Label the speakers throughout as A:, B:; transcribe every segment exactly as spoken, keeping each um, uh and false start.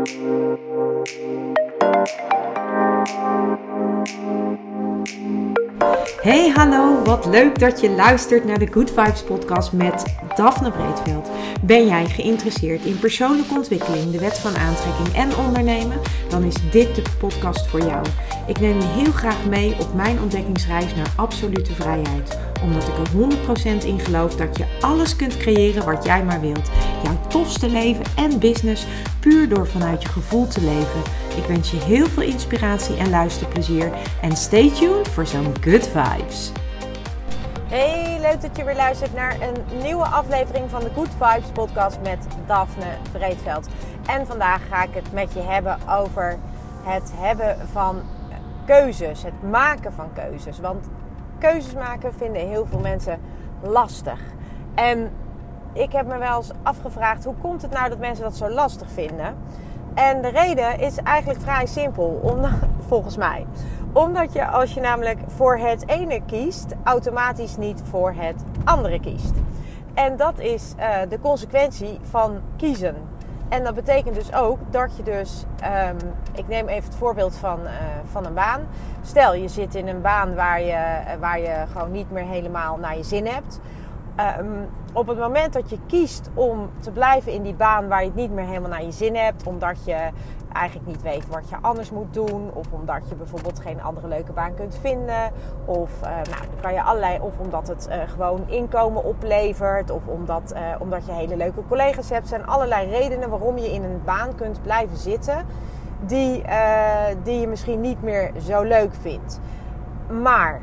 A: Hey, hallo, wat leuk dat je luistert naar de Good Vibes podcast met Daphne Breedveld. Ben jij geïnteresseerd in persoonlijke ontwikkeling, de wet van aantrekking en ondernemen? Dan is dit de podcast voor jou. Ik neem je heel graag mee op mijn ontdekkingsreis naar absolute vrijheid. Omdat ik er honderd procent in geloof dat je alles kunt creëren wat jij maar wilt. Jouw tofste leven en business puur door vanuit je gevoel te leven. Ik wens je heel veel inspiratie en luisterplezier. En stay tuned voor zo'n good vibes.
B: Hey, leuk dat je weer luistert naar een nieuwe aflevering van de Good Vibes podcast met Daphne Breedveld. En vandaag ga ik het met je hebben over het hebben van keuzes, het maken van keuzes. Want keuzes maken vinden heel veel mensen lastig. En ik heb me wel eens afgevraagd, hoe komt het nou dat mensen dat zo lastig vinden? En de reden is eigenlijk vrij simpel, omdat, volgens mij. Omdat je, als je namelijk voor het ene kiest, automatisch niet voor het andere kiest. En dat is uh, de consequentie van kiezen. En dat betekent dus ook dat je dus, um, ik neem even het voorbeeld van, uh, van een baan. Stel, je zit in een baan waar je, waar je gewoon niet meer helemaal naar je zin hebt. Um, op het moment dat je kiest om te blijven in die baan waar je het niet meer helemaal naar je zin hebt, omdat je eigenlijk niet weet wat je anders moet doen, of omdat je bijvoorbeeld geen andere leuke baan kunt vinden, of uh, nou, dan kan je allerlei, of omdat het uh, gewoon inkomen oplevert, of omdat, uh, omdat je hele leuke collega's hebt. Er zijn allerlei redenen waarom je in een baan kunt blijven zitten die, uh, die je misschien niet meer zo leuk vindt. Maar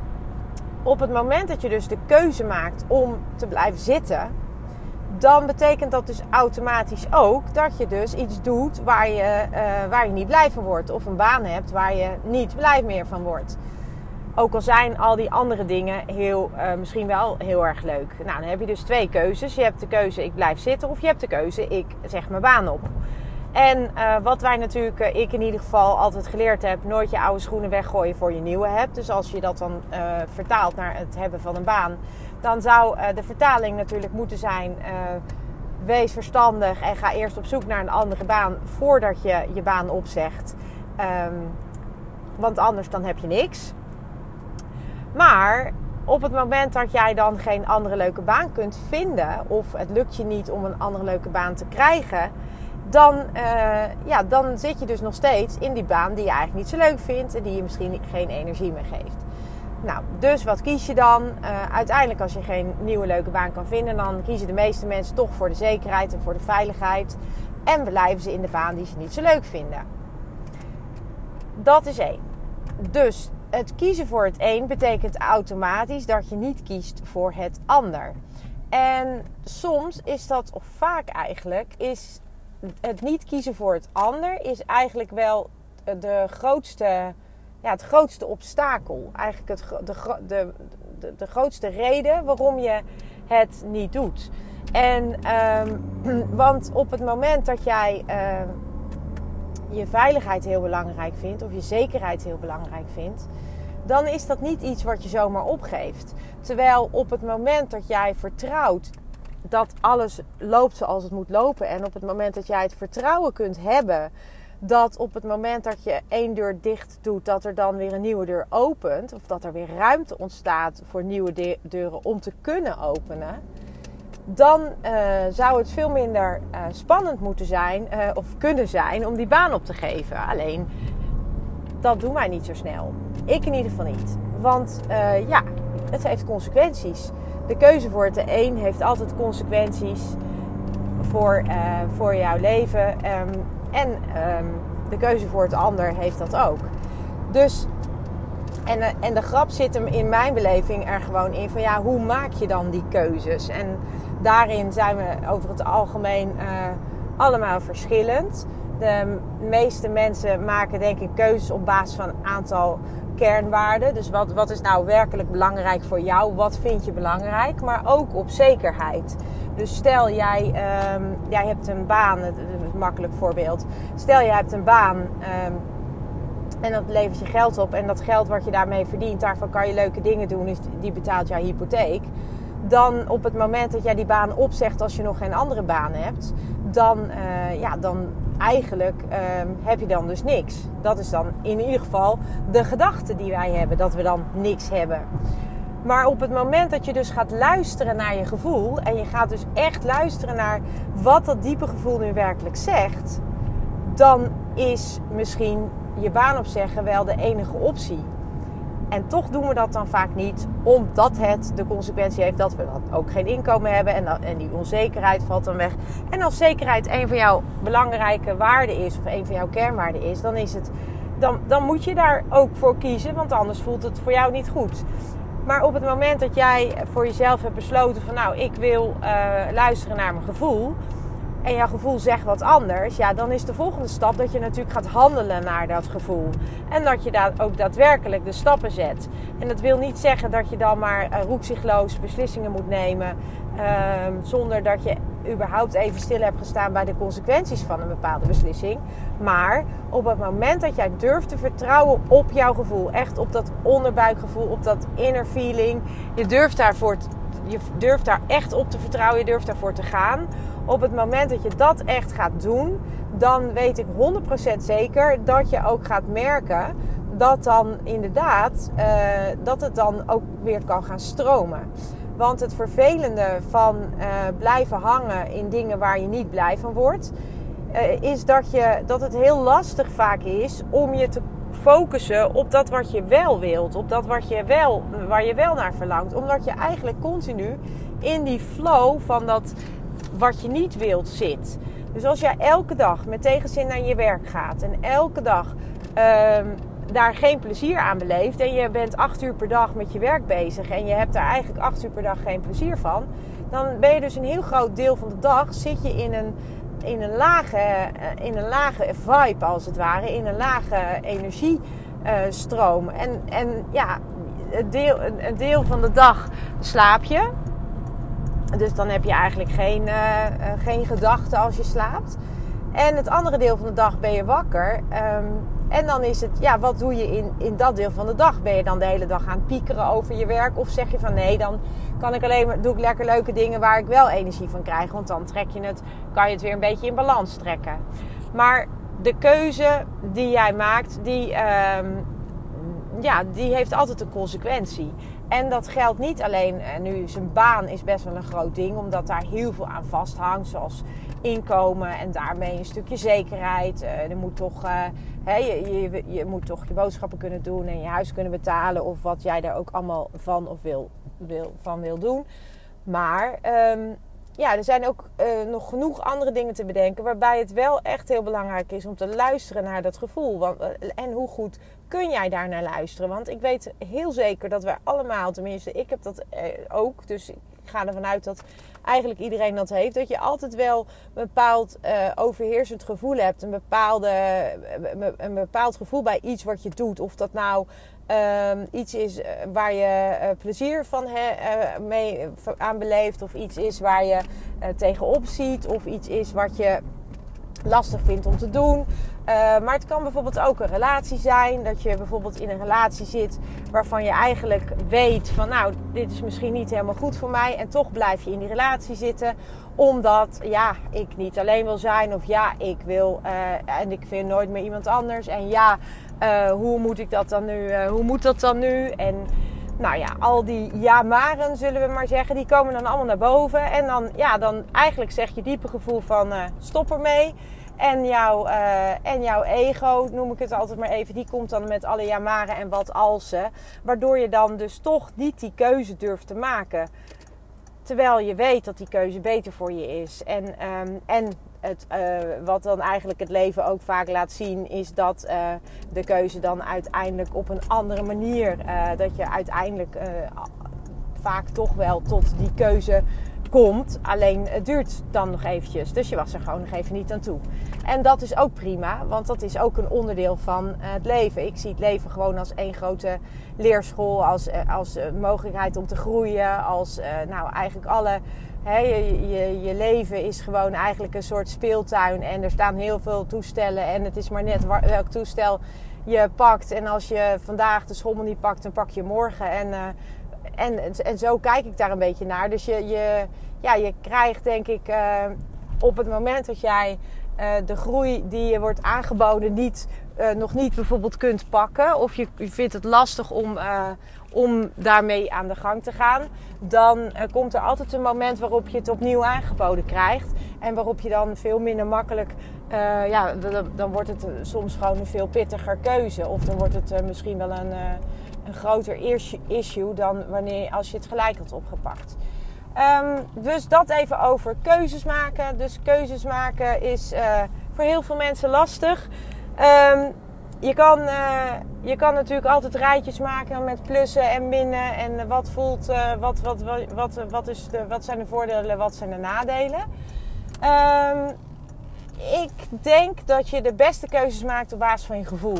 B: op het moment dat je dus de keuze maakt om te blijven zitten, dan betekent dat dus automatisch ook dat je dus iets doet waar je, uh, waar je niet blij van wordt. Of een baan hebt waar je niet blij meer van wordt. Ook al zijn al die andere dingen heel, uh, misschien wel heel erg leuk. Nou, dan heb je dus twee keuzes. Je hebt de keuze ik blijf zitten, of je hebt de keuze ik zeg mijn baan op. En uh, wat wij natuurlijk, uh, ik in ieder geval altijd geleerd heb, nooit je oude schoenen weggooien voor je nieuwe hebt. Dus als je dat dan uh, vertaalt naar het hebben van een baan, dan zou uh, de vertaling natuurlijk moeten zijn, uh, wees verstandig en ga eerst op zoek naar een andere baan voordat je je baan opzegt. Um, want anders dan heb je niks. Maar op het moment dat jij dan geen andere leuke baan kunt vinden, of het lukt je niet om een andere leuke baan te krijgen, Dan, uh, ja, dan zit je dus nog steeds in die baan die je eigenlijk niet zo leuk vindt en die je misschien geen energie meer geeft. Nou, dus wat kies je dan? Uh, uiteindelijk als je geen nieuwe leuke baan kan vinden, dan kiezen de meeste mensen toch voor de zekerheid en voor de veiligheid. En blijven ze in de baan die ze niet zo leuk vinden. Dat is één. Dus het kiezen voor het een betekent automatisch dat je niet kiest voor het ander. En soms is dat, of vaak eigenlijk, is het niet kiezen voor het ander is eigenlijk wel de grootste, ja, het grootste obstakel. Eigenlijk het, de, de, de, de grootste reden waarom je het niet doet. En, um, want op het moment dat jij uh, je veiligheid heel belangrijk vindt, of je zekerheid heel belangrijk vindt, dan is dat niet iets wat je zomaar opgeeft. Terwijl op het moment dat jij vertrouwt dat alles loopt zoals het moet lopen, en op het moment dat jij het vertrouwen kunt hebben dat op het moment dat je één deur dicht doet, dat er dan weer een nieuwe deur opent, of dat er weer ruimte ontstaat voor nieuwe de- deuren om te kunnen openen, dan uh, zou het veel minder uh, spannend moeten zijn, uh, of kunnen zijn, om die baan op te geven. Alleen, dat doen wij niet zo snel. Ik in ieder geval niet. Want uh, ja, het heeft consequenties. De keuze voor het een heeft altijd consequenties voor, uh, voor jouw leven. Um, en um, de keuze voor het ander heeft dat ook. Dus, en, uh, en de grap zit hem in mijn beleving er gewoon in van ja, hoe maak je dan die keuzes? En daarin zijn we over het algemeen uh, allemaal verschillend. De meeste mensen maken denk ik keuzes op basis van een aantal kernwaarden. Dus wat, wat is nou werkelijk belangrijk voor jou? Wat vind je belangrijk? Maar ook op zekerheid. Dus stel jij, um, jij hebt een baan, het, het makkelijk voorbeeld. Stel jij hebt een baan um, en dat levert je geld op. En dat geld wat je daarmee verdient, daarvan kan je leuke dingen doen. Dus die betaalt jouw hypotheek. dan op het moment dat jij die baan opzegt als je nog geen andere baan hebt, dan, uh, ja, dan eigenlijk uh, heb je dan dus niks. Dat is dan in ieder geval de gedachte die wij hebben, dat we dan niks hebben. Maar op het moment dat je dus gaat luisteren naar je gevoel, en je gaat dus echt luisteren naar wat dat diepe gevoel nu werkelijk zegt, dan is misschien je baan opzeggen wel de enige optie. En toch doen we dat dan vaak niet, omdat het de consequentie heeft dat we dan ook geen inkomen hebben. En, dat, en die onzekerheid valt dan weg. En als zekerheid een van jouw belangrijke waarden is, of een van jouw kernwaarden is, dan, is het, dan, dan moet je daar ook voor kiezen, want anders voelt het voor jou niet goed. Maar op het moment dat jij voor jezelf hebt besloten van nou, ik wil uh, luisteren naar mijn gevoel, en jouw gevoel zegt wat anders, ja, dan is de volgende stap dat je natuurlijk gaat handelen naar dat gevoel. En dat je daar ook daadwerkelijk de stappen zet. En dat wil niet zeggen dat je dan maar uh, roekzichtloos beslissingen moet nemen, uh, zonder dat je überhaupt even stil hebt gestaan bij de consequenties van een bepaalde beslissing. Maar op het moment dat jij durft te vertrouwen op jouw gevoel, echt op dat onderbuikgevoel, op dat inner feeling, je durft daarvoor te, je durft daar echt op te vertrouwen, je durft daarvoor te gaan. Op het moment dat je dat echt gaat doen, dan weet ik honderd procent zeker dat je ook gaat merken dat dan inderdaad, uh, dat het dan ook weer kan gaan stromen. Want het vervelende van uh, blijven hangen in dingen waar je niet blij van wordt, uh, is dat, je, dat het heel lastig vaak is om je te focussen op dat wat je wel wilt, op dat wat je wel, waar je wel naar verlangt. Omdat je eigenlijk continu in die flow van dat wat je niet wilt zit. Dus als jij elke dag met tegenzin naar je werk gaat en elke dag uh, daar geen plezier aan beleeft en je bent acht uur per dag met je werk bezig en je hebt daar eigenlijk acht uur per dag geen plezier van, dan ben je dus een heel groot deel van de dag zit je in een, in een, lage, in een lage vibe als het ware, in een lage energiestroom. Uh, en, en ja, een deel, een deel van de dag slaap je. Dus dan heb je eigenlijk geen, uh, uh, geen gedachten als je slaapt. En het andere deel van de dag ben je wakker. Um, en dan is het, ja, wat doe je in, in dat deel van de dag? Ben je dan de hele dag aan het piekeren over je werk? Of zeg je van nee, dan kan ik alleen maar, doe ik lekker leuke dingen waar ik wel energie van krijg. Want dan trek je het, kan je het weer een beetje in balans trekken. Maar de keuze die jij maakt, die, um, ja, die heeft altijd een consequentie. En dat geldt niet alleen, en nu zijn baan is best wel een groot ding, omdat daar heel veel aan vasthangt, zoals inkomen en daarmee een stukje zekerheid. Uh, er moet toch, uh, hè, je, je, je moet toch je boodschappen kunnen doen en je huis kunnen betalen of wat jij daar ook allemaal van of wil, wil, van wil doen. Maar um, ja, er zijn ook uh, nog genoeg andere dingen te bedenken waarbij het wel echt heel belangrijk is om te luisteren naar dat gevoel. Want, uh, en hoe goed kun jij daar naar luisteren? Want ik weet heel zeker dat wij allemaal, tenminste ik heb dat uh, ook, dus ik ga ervan uit dat eigenlijk iedereen dat heeft, dat je altijd wel een bepaald uh, overheersend gevoel hebt. Een, bepaalde, een bepaald gevoel bij iets wat je doet. Of dat nou Um, iets is waar je uh, plezier van he, uh, mee uh, aan beleeft. Of iets is waar je uh, tegenop ziet. Of iets is wat je lastig vindt om te doen. Uh, maar het kan bijvoorbeeld ook een relatie zijn. Dat je bijvoorbeeld in een relatie zit waarvan je eigenlijk weet van nou, dit is misschien niet helemaal goed voor mij. En toch blijf je in die relatie zitten. Omdat ja, ik niet alleen wil zijn. Of ja, ik wil uh, en ik vind nooit meer iemand anders. En ja, uh, hoe moet ik dat dan nu? Uh, hoe moet dat dan nu? En nou ja, al die ja-maren zullen we maar zeggen, die komen dan allemaal naar boven. En dan, ja, dan eigenlijk zeg je diepe gevoel van uh, stop ermee. En, jouw, uh, en jouw ego, noem ik het altijd maar even, die komt dan met alle ja-maren en wat alsen. Waardoor je dan dus toch niet die keuze durft te maken. Terwijl je weet dat die keuze beter voor je is. En, um, en het, uh, wat dan eigenlijk het leven ook vaak laat zien, is dat uh, de keuze dan uiteindelijk op een andere manier, uh, dat je uiteindelijk uh, vaak toch wel tot die keuze komt. Alleen het duurt dan nog eventjes. Dus je was er gewoon nog even niet aan toe. En dat is ook prima, want dat is ook een onderdeel van het leven. Ik zie het leven gewoon als één grote leerschool, als, als mogelijkheid om te groeien, als nou eigenlijk alle... He, je, je, je leven is gewoon eigenlijk een soort speeltuin en er staan heel veel toestellen en het is maar net welk toestel je pakt. En als je vandaag de schommel niet pakt, dan pak je morgen. En uh, en, en zo kijk ik daar een beetje naar. Dus je, je, ja, je krijgt denk ik uh, op het moment dat jij uh, de groei die je wordt aangeboden niet, uh, nog niet bijvoorbeeld kunt pakken. Of je, je vindt het lastig om, uh, om daarmee aan de gang te gaan. Dan uh, komt er altijd een moment waarop je het opnieuw aangeboden krijgt. En waarop je dan veel minder makkelijk... Uh, ja, dan, dan wordt het soms gewoon een veel pittiger keuze. Of dan wordt het uh, misschien wel een... Uh, een groter issue dan wanneer als je het gelijk had opgepakt. Um, dus dat even over keuzes maken. Dus keuzes maken is uh, voor heel veel mensen lastig. Um, je, kan, uh, je kan natuurlijk altijd rijtjes maken met plussen en minnen. En wat voelt, uh, wat, wat, wat, wat, wat, is de, wat zijn de voordelen, wat zijn de nadelen. Um, ik denk dat je de beste keuzes maakt op basis van je gevoel.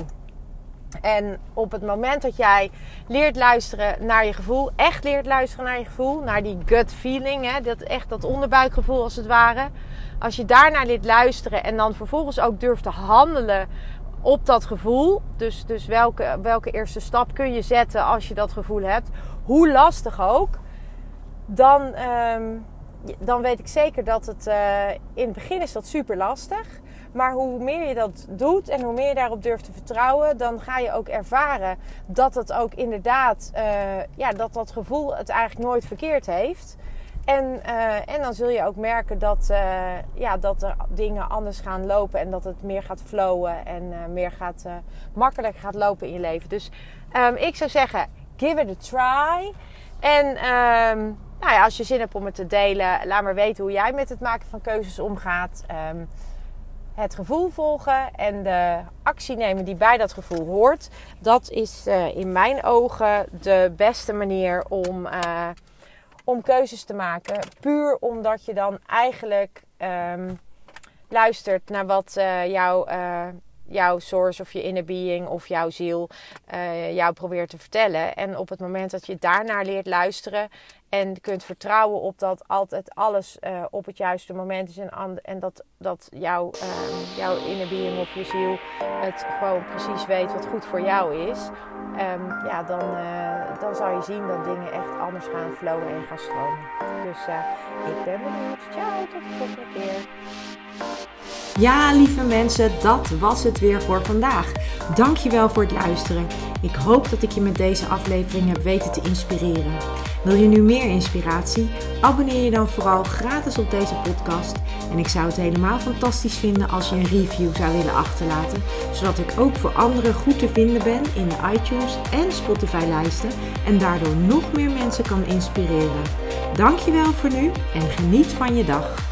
B: En op het moment dat jij leert luisteren naar je gevoel, echt leert luisteren naar je gevoel, naar die gut feeling, hè, dat, echt dat onderbuikgevoel als het ware. Als je daarnaar leert luisteren en dan vervolgens ook durft te handelen op dat gevoel. Dus, dus welke, welke eerste stap kun je zetten als je dat gevoel hebt, hoe lastig ook. Dan, um, dan weet ik zeker dat het uh, in het begin is dat super lastig. Maar hoe meer je dat doet en hoe meer je daarop durft te vertrouwen, dan ga je ook ervaren dat het ook inderdaad, uh, ja, dat dat gevoel het eigenlijk nooit verkeerd heeft. En, uh, en dan zul je ook merken dat, uh, ja, dat er dingen anders gaan lopen en dat het meer gaat flowen en uh, meer gaat, uh, makkelijker gaat lopen in je leven. Dus um, ik zou zeggen, give it a try. En um, nou ja, als je zin hebt om het te delen, laat maar weten hoe jij met het maken van keuzes omgaat. Um, Het gevoel volgen en de actie nemen die bij dat gevoel hoort. Dat is uh, in mijn ogen de beste manier om, uh, om keuzes te maken. Puur omdat je dan eigenlijk um, luistert naar wat uh, jouw, uh, jouw source of je inner being of jouw ziel uh, jou probeert te vertellen. En op het moment dat je daarnaar leert luisteren en kunt vertrouwen op dat altijd alles uh, op het juiste moment is. En, en dat, dat jouw, uh, jouw inner being of je ziel het gewoon precies weet wat goed voor jou is. Um, ja, dan, uh, dan zal je zien dat dingen echt anders gaan flowen en gaan stromen. Dus uh, ik ben benieuwd. Ciao, tot de volgende keer.
A: Ja, lieve mensen, dat was het weer voor vandaag. Dankjewel voor het luisteren. Ik hoop dat ik je met deze aflevering heb weten te inspireren. Wil je nu meer inspiratie? Abonneer je dan vooral gratis op deze podcast. En ik zou het helemaal fantastisch vinden als je een review zou willen achterlaten. Zodat ik ook voor anderen goed te vinden ben in de iTunes en Spotify lijsten. En daardoor nog meer mensen kan inspireren. Dankjewel voor nu en geniet van je dag.